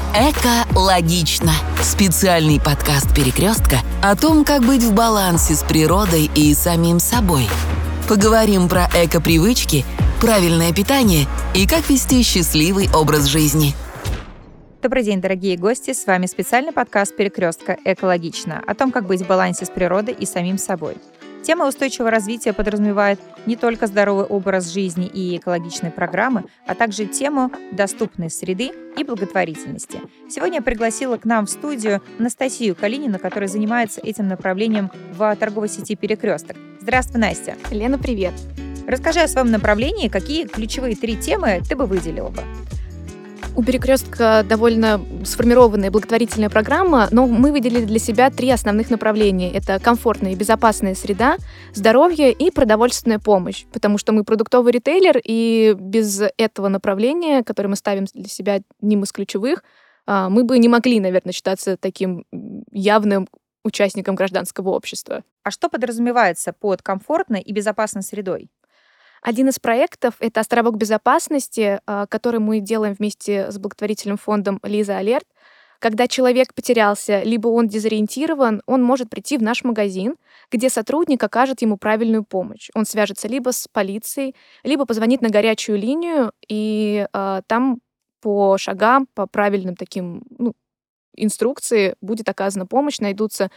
Экологично. Специальный подкаст «Перекрестка» о том, как быть в балансе с природой и самим собой. Поговорим про эко-привычки, правильное питание и как вести счастливый образ жизни. Добрый день, дорогие гости! С вами специальный подкаст «Перекрестка. Экологично» о том, как быть в балансе с природой и самим собой. Тема устойчивого развития подразумевает не только здоровый образ жизни и экологичные программы, а также тему доступной среды и благотворительности. Сегодня я пригласила к нам в студию Анастасию Калинину, которая занимается этим направлением в торговой сети «Перекресток». Здравствуй, Настя! Лена, привет! Расскажи о своем направлении, какие ключевые 3 темы ты бы выделила бы? У «Перекрестка» довольно сформированная благотворительная программа, но мы выделили для себя 3 основных направления. Это комфортная и безопасная среда, здоровье и продовольственная помощь, потому что мы продуктовый ритейлер, и без этого направления, которое мы ставим для себя одним из ключевых, мы бы не могли, наверное, считаться таким явным участником гражданского общества. А что подразумевается под комфортной и безопасной средой? Один из проектов — это «Островок безопасности», который мы делаем вместе с благотворительным фондом «Лиза Алерт». Когда человек потерялся, либо он дезориентирован, он может прийти в наш магазин, где сотрудник окажет ему правильную помощь. Он свяжется либо с полицией, либо позвонит на горячую линию, и там по шагам, по правильным таким инструкции будет оказана помощь, найдутся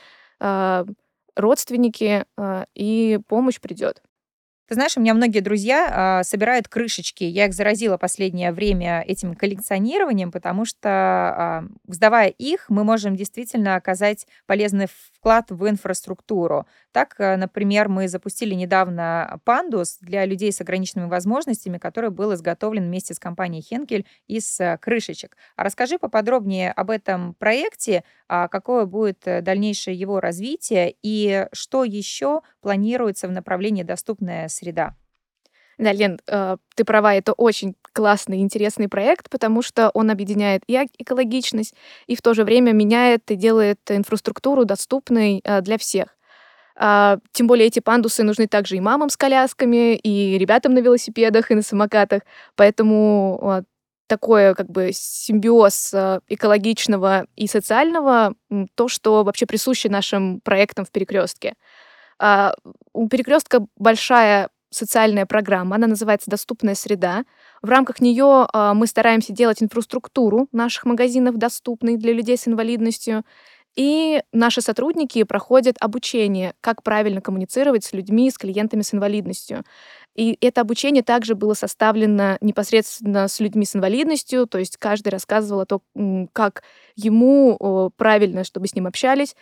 родственники, и помощь придет. Ты знаешь, у меня многие друзья собирают крышечки. Я их заразила последнее время этим коллекционированием, потому что, сдавая их, мы можем действительно оказать полезный вклад в инфраструктуру. Так, например, мы запустили недавно пандус для людей с ограниченными возможностями, который был изготовлен вместе с компанией Henkel из крышечек. А расскажи поподробнее об этом проекте, какое будет дальнейшее его развитие и что еще планируется в направлении «Доступная среда». Да, Лен, ты права, это очень классный и интересный проект, потому что он объединяет и экологичность, и в то же время меняет и делает инфраструктуру доступной для всех. Тем более эти пандусы нужны также и мамам с колясками, и ребятам на велосипедах, и на самокатах, поэтому такой как бы симбиоз экологичного и социального, то, что вообще присуще нашим проектам в «Перекрестке». У «Перекрестка» большая социальная программа, она называется «Доступная среда». В рамках нее мы стараемся делать инфраструктуру наших магазинов доступной для людей с инвалидностью, и наши сотрудники проходят обучение, как правильно коммуницировать с людьми, с клиентами с инвалидностью. И это обучение также было составлено непосредственно с людьми с инвалидностью, то есть каждый рассказывал о том, как ему правильно, чтобы с ним общались,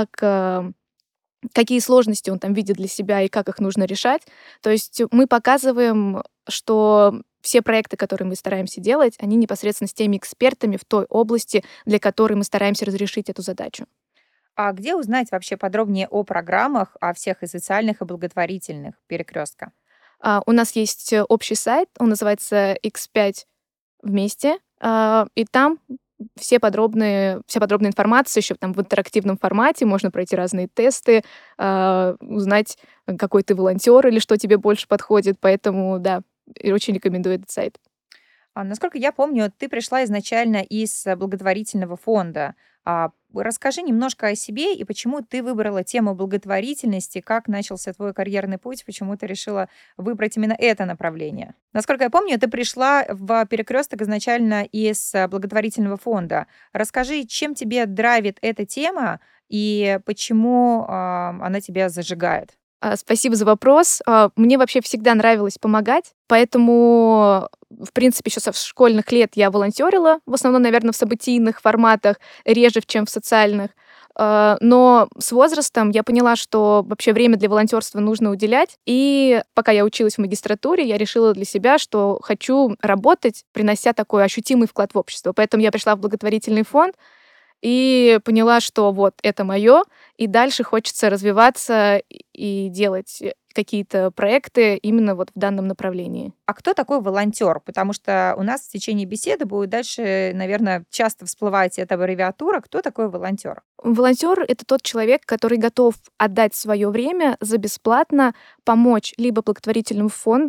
какие сложности он там видит для себя и как их нужно решать. То есть мы показываем, что все проекты, которые мы стараемся делать, они непосредственно с теми экспертами в той области, для которой мы стараемся разрешить эту задачу. А где узнать вообще подробнее о программах, о всех и социальных, и благотворительных «Перекрестка»? У нас есть общий сайт, он называется X5 вместе, и там вся подробная информация еще там в интерактивном формате, можно пройти разные тесты, узнать, какой ты волонтер или что тебе больше подходит, поэтому, да, и очень рекомендую этот сайт. Насколько я помню, ты пришла изначально из благотворительного фонда. Расскажи немножко о себе и почему ты выбрала тему благотворительности, как начался твой карьерный путь, почему ты решила выбрать именно это направление. Насколько я помню, ты пришла в «Перекресток» изначально из благотворительного фонда. Расскажи, чем тебе драйвит эта тема и почему она тебя зажигает? Спасибо за вопрос. Мне вообще всегда нравилось помогать, поэтому, в принципе, еще со школьных лет я волонтерила, в основном, наверное, в событийных форматах, реже, чем в социальных. Но с возрастом я поняла, что вообще время для волонтерства нужно уделять. И пока я училась в магистратуре, я решила для себя, что хочу работать, принося такой ощутимый вклад в общество. Поэтому я пришла в благотворительный фонд и поняла, что вот это мое, и дальше хочется развиваться и делать какие-то проекты именно вот в данном направлении. А кто такой волонтер? Потому что у нас в течение беседы будет дальше, наверное, часто всплывать эта аббревиатура. Кто такой волонтер? Волонтер — это тот человек, который готов отдать свое время за бесплатно, помочь либо благотворительному фонду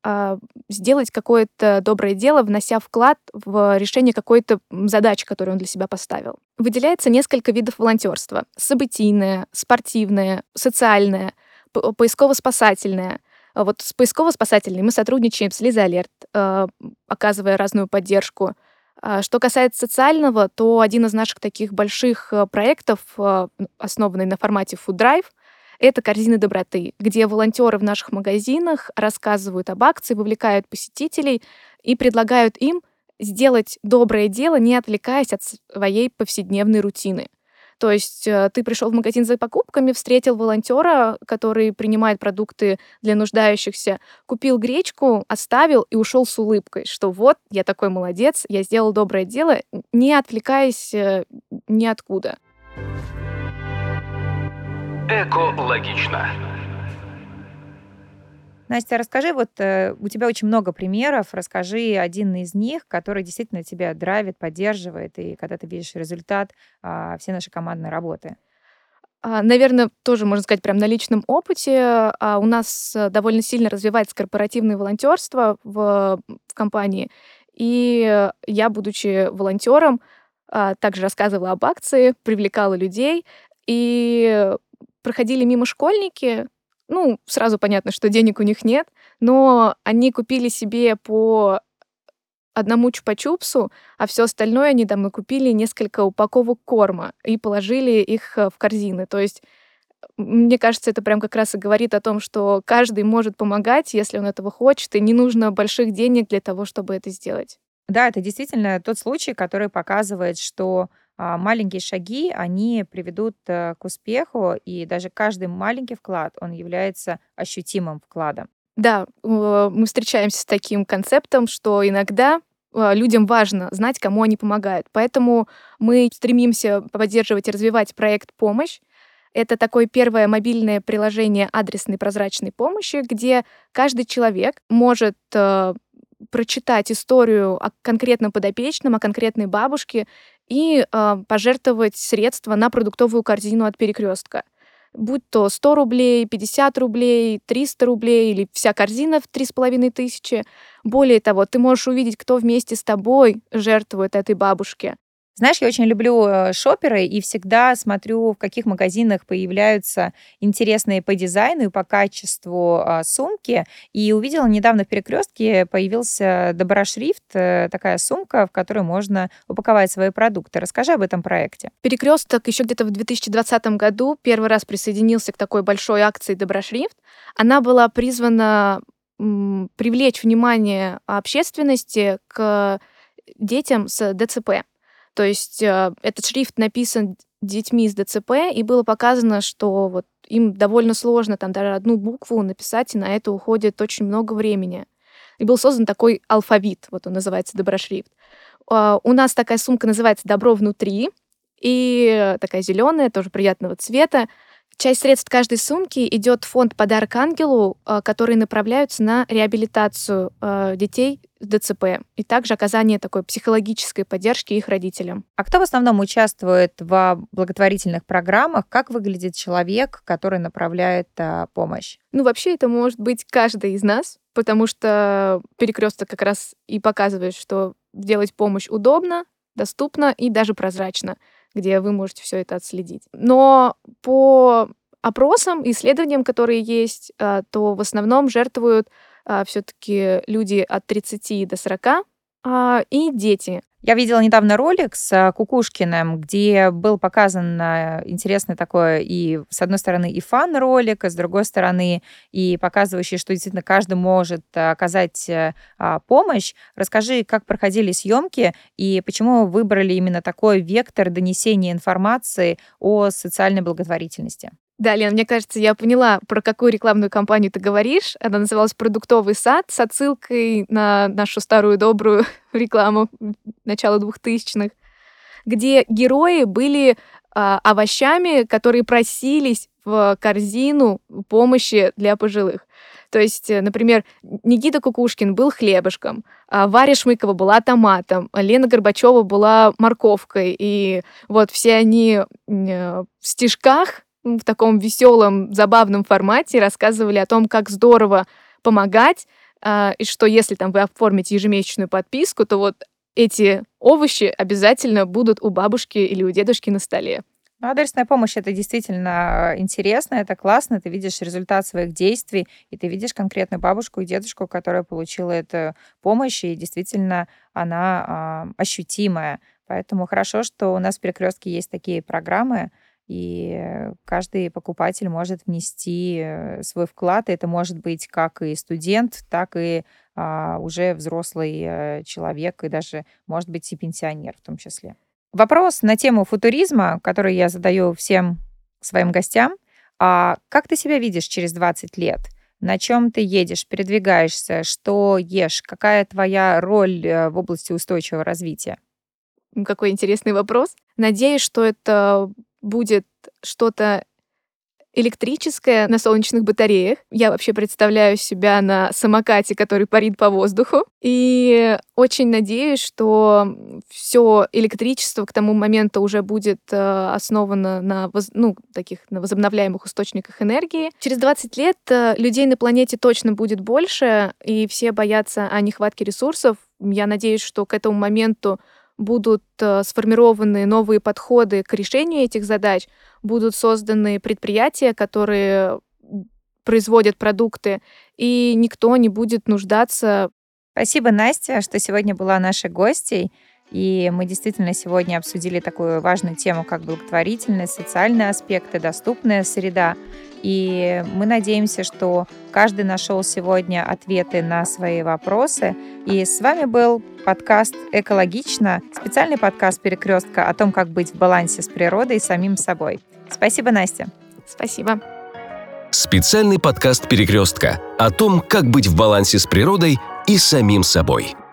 сделать какое-то доброе дело, внося вклад в решение какой-то задачи, которую он для себя поставил. Выделяется несколько видов волонтерства: событийное, спортивное, социальное, поисково-спасательное. Вот с поисково-спасательной мы сотрудничаем с Лиза Алерт, оказывая разную поддержку. Что касается социального, то один из наших таких больших проектов, основанный на формате Food Drive, это корзины доброты, где волонтеры в наших магазинах рассказывают об акции, вовлекают посетителей и предлагают им сделать доброе дело, не отвлекаясь от своей повседневной рутины. То есть ты пришел в магазин за покупками, встретил волонтера, который принимает продукты для нуждающихся, купил гречку, оставил и ушел с улыбкой, что вот, я такой молодец, я сделал доброе дело, не отвлекаясь ниоткуда. Экологично. Настя, расскажи, вот у тебя очень много примеров, расскажи один из них, который действительно тебя драйвит, поддерживает, и когда ты видишь результат всей нашей командной работы. Наверное, тоже можно сказать прям на личном опыте. У нас довольно сильно развивается корпоративное волонтерство в компании. И я, будучи волонтером, также рассказывала об акции, привлекала людей. И проходили мимо школьники. Ну, сразу понятно, что денег у них нет, но они купили себе по одному чупа-чупсу, а все остальное они там накупили несколько упаковок корма и положили их в корзины. То есть, мне кажется, это прям как раз и говорит о том, что каждый может помогать, если он этого хочет, и не нужно больших денег для того, чтобы это сделать. Да, это действительно тот случай, который показывает, что маленькие шаги, они приведут к успеху, и даже каждый маленький вклад, он является ощутимым вкладом. Да, мы встречаемся с таким концептом, что иногда людям важно знать, кому они помогают. Поэтому мы стремимся поддерживать и развивать проект «Помощь». Это такое первое мобильное приложение адресной прозрачной помощи, где каждый человек может прочитать историю о конкретном подопечном, о конкретной бабушке и пожертвовать средства на продуктовую корзину от «Перекрестка». Будь то 100 рублей, 50 рублей, 300 рублей или вся корзина в 3500. Более того, ты можешь увидеть, кто вместе с тобой жертвует этой бабушке. Знаешь, я очень люблю шопперы и всегда смотрю, в каких магазинах появляются интересные по дизайну и по качеству сумки. И увидела недавно в «Перекрестке» появился Доброшрифт, такая сумка, в которой можно упаковать свои продукты. Расскажи об этом проекте. «Перекресток» еще где-то в 2020 году первый раз присоединился к такой большой акции «Доброшрифт». Она была призвана привлечь внимание общественности к детям с ДЦП. То есть этот шрифт написан детьми с ДЦП, и было показано, что вот им довольно сложно там даже одну букву написать, и на это уходит очень много времени. И был создан такой алфавит, вот он называется «Доброшрифт». У нас такая сумка называется «Добро внутри», и такая зеленая, тоже приятного цвета. Часть средств каждой сумки идет в фонд «Подарок ангелу», которые направляются на реабилитацию детей с ДЦП и также оказание такой психологической поддержки их родителям. А кто в основном участвует в благотворительных программах? Как выглядит человек, который направляет помощь? Ну, вообще, это может быть каждый из нас, потому что «Перекресток» как раз и показывает, что делать помощь удобно, доступно и даже прозрачно, где вы можете все это отследить. Но по опросам, исследованиям, которые есть, то в основном жертвуют все-таки люди от 30 до 40 и дети. Я видела недавно ролик с Кукушкиным, где был показан интересный такой и, с одной стороны, и фан-ролик, а с другой стороны, и показывающий, что действительно каждый может оказать помощь. Расскажи, как проходили съемки и почему выбрали именно такой вектор донесения информации о социальной благотворительности. Да, Лен, мне кажется, я поняла, про какую рекламную кампанию ты говоришь. Она называлась «Продуктовый сад» с отсылкой на нашу старую добрую рекламу начала 2000-х, где герои были овощами, которые просились в корзину помощи для пожилых. То есть, например, Никита Кукушкин был хлебушком, Варя Шмыкова была томатом, Лена Горбачева была морковкой. И вот все они в стишках в таком веселом, забавном формате рассказывали о том, как здорово помогать, и что если там вы оформите ежемесячную подписку, то вот эти овощи обязательно будут у бабушки или у дедушки на столе. Адресная помощь — это действительно интересно, это классно, ты видишь результат своих действий, и ты видишь конкретно бабушку и дедушку, которая получила эту помощь, и действительно она ощутимая. Поэтому хорошо, что у нас в «Перекрестке» есть такие программы, и каждый покупатель может внести свой вклад. И это может быть как и студент, так и уже взрослый человек, и даже, может быть, и пенсионер в том числе. Вопрос на тему футуризма, который я задаю всем своим гостям. Как ты себя видишь через 20 лет? На чем ты едешь, передвигаешься, что ешь? Какая твоя роль в области устойчивого развития? Какой интересный вопрос. Надеюсь, что это будет что-то электрическое на солнечных батареях. Я вообще представляю себя на самокате, который парит по воздуху. И очень надеюсь, что все электричество к тому моменту уже будет основано на возобновляемых источниках энергии. Через 20 лет людей на планете точно будет больше, и все боятся о нехватке ресурсов. Я надеюсь, что к этому моменту будут сформированы новые подходы к решению этих задач, будут созданы предприятия, которые производят продукты, и никто не будет нуждаться. Спасибо, Настя, что сегодня была нашей гостьей. И мы действительно сегодня обсудили такую важную тему, как благотворительность, социальные аспекты, доступная среда. И мы надеемся, что каждый нашел сегодня ответы на свои вопросы. И с вами был подкаст «Экологично», специальный подкаст «Перекрестка» о том, как быть в балансе с природой и самим собой. Спасибо, Настя. Спасибо. Специальный подкаст «Перекрестка» о том, как быть в балансе с природой и самим собой.